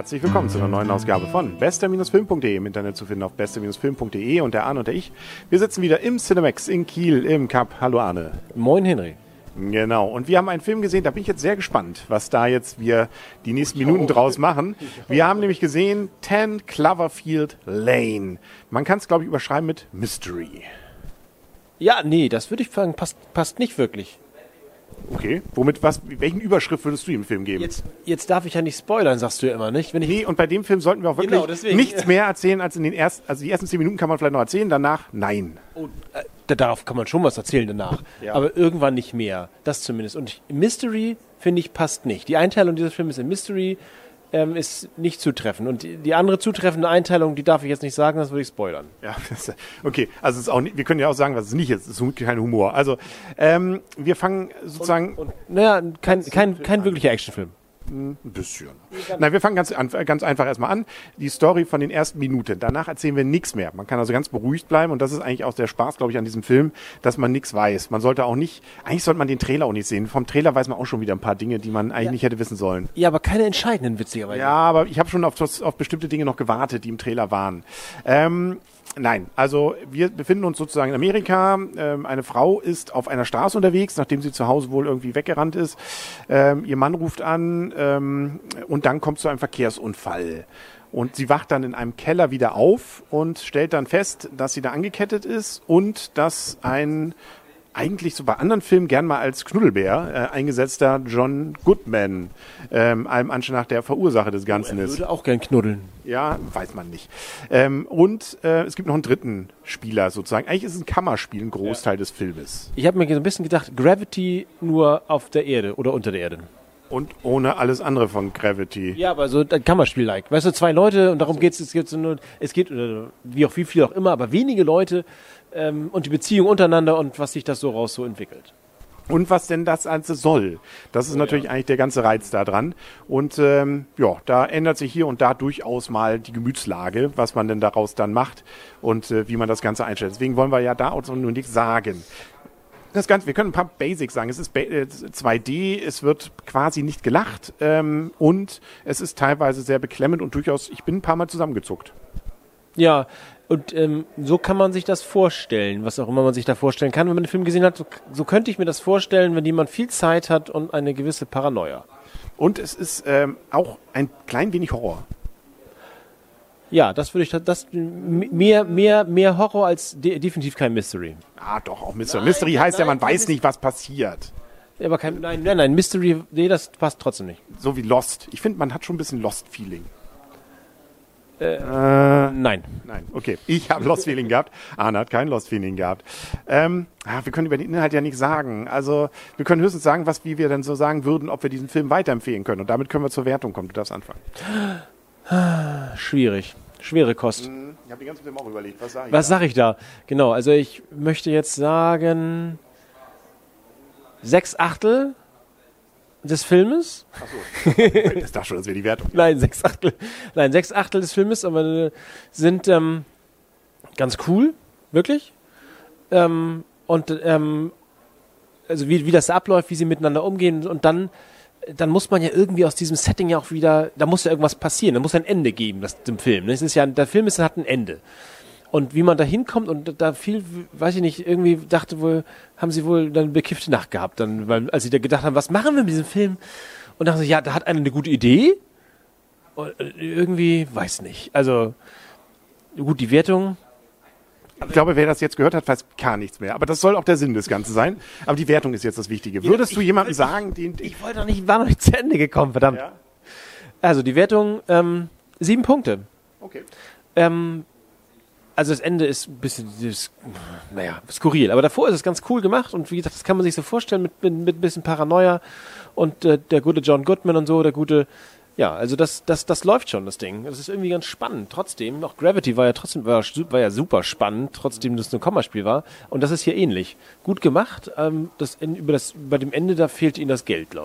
Herzlich willkommen zu einer neuen Ausgabe von bester-film.de, im Internet zu finden auf bester-film.de, und der Arne und der ich, wir sitzen wieder im Cinemax in Kiel im Cup. Hallo Arne. Moin Henry. Genau, und wir haben einen Film gesehen, da bin ich jetzt sehr gespannt, was da jetzt wir die nächsten Minuten draus machen. Wir haben nämlich gesehen 10 Cloverfield Lane. Man kann es, glaube ich, überschreiben mit Mystery. Ja, nee, das würde ich sagen, passt nicht wirklich. Okay, welchen Überschrift würdest du dem Film geben? Jetzt darf ich ja nicht spoilern, sagst du ja immer, nicht? Nee, und bei dem Film sollten wir auch wirklich nichts mehr erzählen als die ersten 10 Minuten kann man vielleicht noch erzählen, danach nein. Oh, darauf kann man schon was erzählen danach, ja. Aber irgendwann nicht mehr, das zumindest. Und Mystery, finde ich, passt nicht. Die Einteilung dieses Films in Mystery ist nicht zutreffend. Und die andere zutreffende Einteilung, die darf ich jetzt nicht sagen, das würde ich spoilern. Ja, okay. Also es ist auch nicht, wir können ja auch sagen, was es nicht ist. Es ist kein Humor. Also wir fangen sozusagen... Kein wirklicher Actionfilm. Ein bisschen. Nein, wir fangen ganz einfach erstmal an. Die Story von den ersten Minuten. Danach erzählen wir nichts mehr. Man kann also ganz beruhigt bleiben, und das ist eigentlich auch der Spaß, glaube ich, an diesem Film, dass man nichts weiß. Man sollte eigentlich sollte man den Trailer auch nicht sehen. Vom Trailer weiß man auch schon wieder ein paar Dinge, die man eigentlich nicht hätte wissen sollen. Ja, aber keine entscheidenden, witzigerweise. Ja, aber ich habe schon auf bestimmte Dinge noch gewartet, die im Trailer waren. Nein, also wir befinden uns sozusagen in Amerika. Eine Frau ist auf einer Straße unterwegs, nachdem sie zu Hause wohl irgendwie weggerannt ist. Ihr Mann ruft an und dann kommt zu einem Verkehrsunfall. Und sie wacht dann in einem Keller wieder auf und stellt dann fest, dass sie da angekettet ist und dass ein eigentlich so bei anderen Filmen gern mal als Knuddelbär eingesetzter John Goodman allem Anschein nach der Verursacher des Ganzen ist. Er würde auch gern knuddeln. Ja, weiß man nicht. Und es gibt noch einen dritten Spieler sozusagen. Eigentlich ist es ein Kammerspiel, ein Großteil des Filmes. Ich habe mir so ein bisschen gedacht, Gravity nur auf der Erde oder unter der Erde. Und ohne alles andere von Gravity. Ja, aber so ein Kammerspiel-like. Weißt du, 2 Leute und darum geht's. Es geht wie viel auch immer, aber wenige Leute und die Beziehung untereinander und was sich das so entwickelt. Und was denn das Ganze soll. Das ist natürlich eigentlich der ganze Reiz da dran. Und da ändert sich hier und da durchaus mal die Gemütslage, was man denn daraus dann macht und wie man das Ganze einstellt. Deswegen wollen wir ja da auch nur nichts sagen. Das Ganze, wir können ein paar Basics sagen. Es ist 2D, es wird quasi nicht gelacht und es ist teilweise sehr beklemmend und durchaus, ich bin ein paar Mal zusammengezuckt. Ja, und so kann man sich das vorstellen, was auch immer man sich da vorstellen kann, wenn man den Film gesehen hat. So könnte ich mir das vorstellen, wenn jemand viel Zeit hat und eine gewisse Paranoia. Und es ist auch ein klein wenig Horror. Ja, das würde ich, mehr Horror als definitiv kein Mystery. Ah, doch, auch Mystery. Mystery heißt ja, man weiß nicht, was passiert. Ja, aber nein, Mystery, nee, das passt trotzdem nicht. So wie Lost. Ich finde, man hat schon ein bisschen Lost-Feeling. Nein. Nein, okay. Ich habe Lost-Feeling gehabt. Arne hat kein Lost-Feeling gehabt. Wir können über den Inhalt ja nichts sagen. Also, wir können höchstens sagen, wie wir dann so sagen würden, ob wir diesen Film weiterempfehlen können. Und damit können wir zur Wertung kommen. Du darfst anfangen. Schwierig. Schwere Kost. Ich habe den ganzen Film auch überlegt. Was sag ich da? Genau, also ich möchte jetzt sagen 6/8 des Filmes. Achso, das dachte schon, das wäre die Wertung. Nein, 6/8 des Filmes, aber sind ganz cool, wirklich. Also wie das abläuft, wie sie miteinander umgehen, und dann muss man ja irgendwie aus diesem Setting ja auch wieder, da muss ja irgendwas passieren, da muss ein Ende geben, dem Film. Das ist ja, der Film hat ein Ende. Und wie man da hinkommt und da viel, weiß ich nicht, irgendwie haben sie wohl dann eine bekiffte Nacht gehabt, dann, weil, als sie da gedacht haben, was machen wir mit diesem Film? Und dachten sie, ja, da hat einer eine gute Idee. Und irgendwie, weiß nicht. Also, gut, die Wertung. Ich glaube, wer das jetzt gehört hat, weiß gar nichts mehr. Aber das soll auch der Sinn des Ganzen sein. Aber die Wertung ist jetzt das Wichtige. Würdest du jemandem sagen, ich war noch nicht zu Ende gekommen, verdammt. Ja? Also, die Wertung, 7 Punkte. Okay. Also das Ende ist ein bisschen, skurril. Aber davor ist es ganz cool gemacht. Und wie gesagt, das kann man sich so vorstellen mit ein bisschen Paranoia. Und der gute John Goodman und so, also das läuft schon, das Ding. Das ist irgendwie ganz spannend. Trotzdem, auch Gravity war ja super spannend, trotzdem das ein Kommaspiel war. Und das ist hier ähnlich. Gut gemacht. Bei dem Ende, da fehlt ihnen das Geld, glaube ich.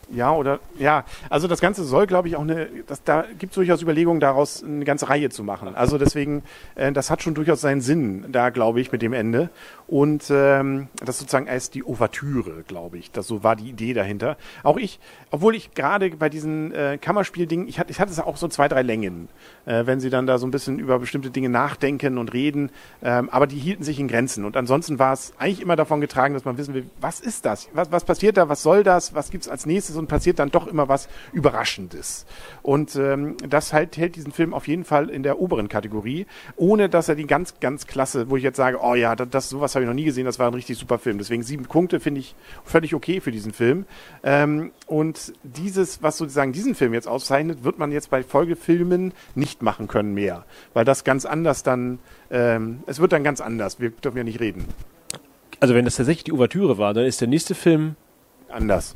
Ja, also das Ganze soll, glaube ich, auch da gibt es durchaus Überlegungen, daraus eine ganze Reihe zu machen. Also deswegen, das hat schon durchaus seinen Sinn, da glaube ich, mit dem Ende. Und das sozusagen als die Ouvertüre, glaube ich. So war die Idee dahinter. Auch ich, obwohl ich gerade bei diesen Kammerspieldingen, ich hatte es auch so 2, 3 Längen, wenn sie dann da so ein bisschen über bestimmte Dinge nachdenken und reden. Aber die hielten sich in Grenzen. Und ansonsten war es eigentlich immer davon getragen, dass man wissen will, was ist das? Was passiert da? Was soll das? Was gibt's als nächstes? Und passiert dann doch immer was Überraschendes. Und das hält diesen Film auf jeden Fall in der oberen Kategorie, ohne dass er die ganz, ganz klasse, wo ich jetzt sage, oh ja, sowas habe ich noch nie gesehen, das war ein richtig super Film. Deswegen 7 Punkte finde ich völlig okay für diesen Film. Und dieses, was sozusagen diesen Film jetzt auszeichnet, wird man jetzt bei Folgefilmen nicht machen können mehr. Weil das ganz anders dann, es wird dann ganz anders. Wir dürfen ja nicht reden. Also wenn das tatsächlich die Ouvertüre war, dann ist der nächste Film anders.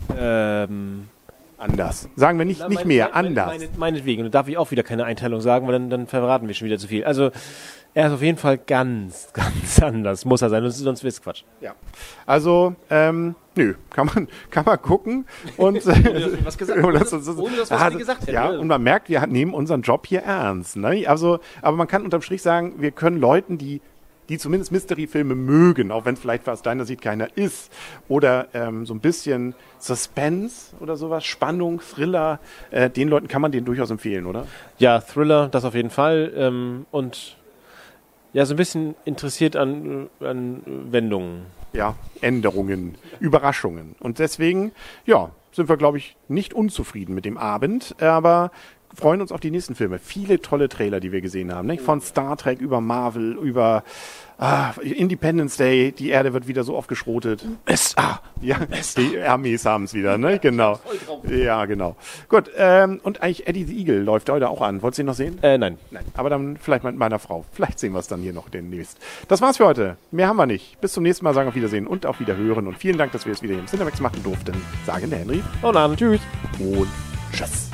Anders. Sagen wir nicht mehr, anders. Meinetwegen. Und da darf ich auch wieder keine Einteilung sagen, weil dann verraten wir schon wieder zu viel. Also, er ist auf jeden Fall ganz, ganz anders. Muss er sein, sonst wird's Quatsch. Ja. Also, nö, kann man gucken. Und, ohne das, was wir gesagt hätten. Ja, und man merkt, wir nehmen unseren Job hier ernst. Ne? Also, aber man kann unterm Strich sagen, wir können Leuten, die zumindest Mystery-Filme mögen, auch wenn es vielleicht aus deiner Sicht keiner ist, oder so ein bisschen Suspense oder sowas, Spannung, Thriller, den Leuten kann man den durchaus empfehlen, oder? Ja, Thriller, das auf jeden Fall. Und ja, so ein bisschen interessiert an Wendungen. Ja, Änderungen, Überraschungen. Und deswegen, ja, sind wir, glaube ich, nicht unzufrieden mit dem Abend, aber freuen uns auf die nächsten Filme. Viele tolle Trailer, die wir gesehen haben. Nicht? Von Star Trek über Marvel, über Independence Day. Die Erde wird wieder so oft geschrotet. Ja, die Armees haben es wieder, ne? Genau. Ja, genau. Gut, und eigentlich Eddie the Eagle läuft heute auch an. Wolltest du ihn noch sehen? Nein. Aber dann vielleicht mit meiner Frau. Vielleicht sehen wir es dann hier noch demnächst. Das war's für heute. Mehr haben wir nicht. Bis zum nächsten Mal. Sagen auf Wiedersehen und auf Wiederhören. Und vielen Dank, dass wir es wieder hier im Cinemax machen durften. Sagen der Henry. Und dann, tschüss. Und tschüss.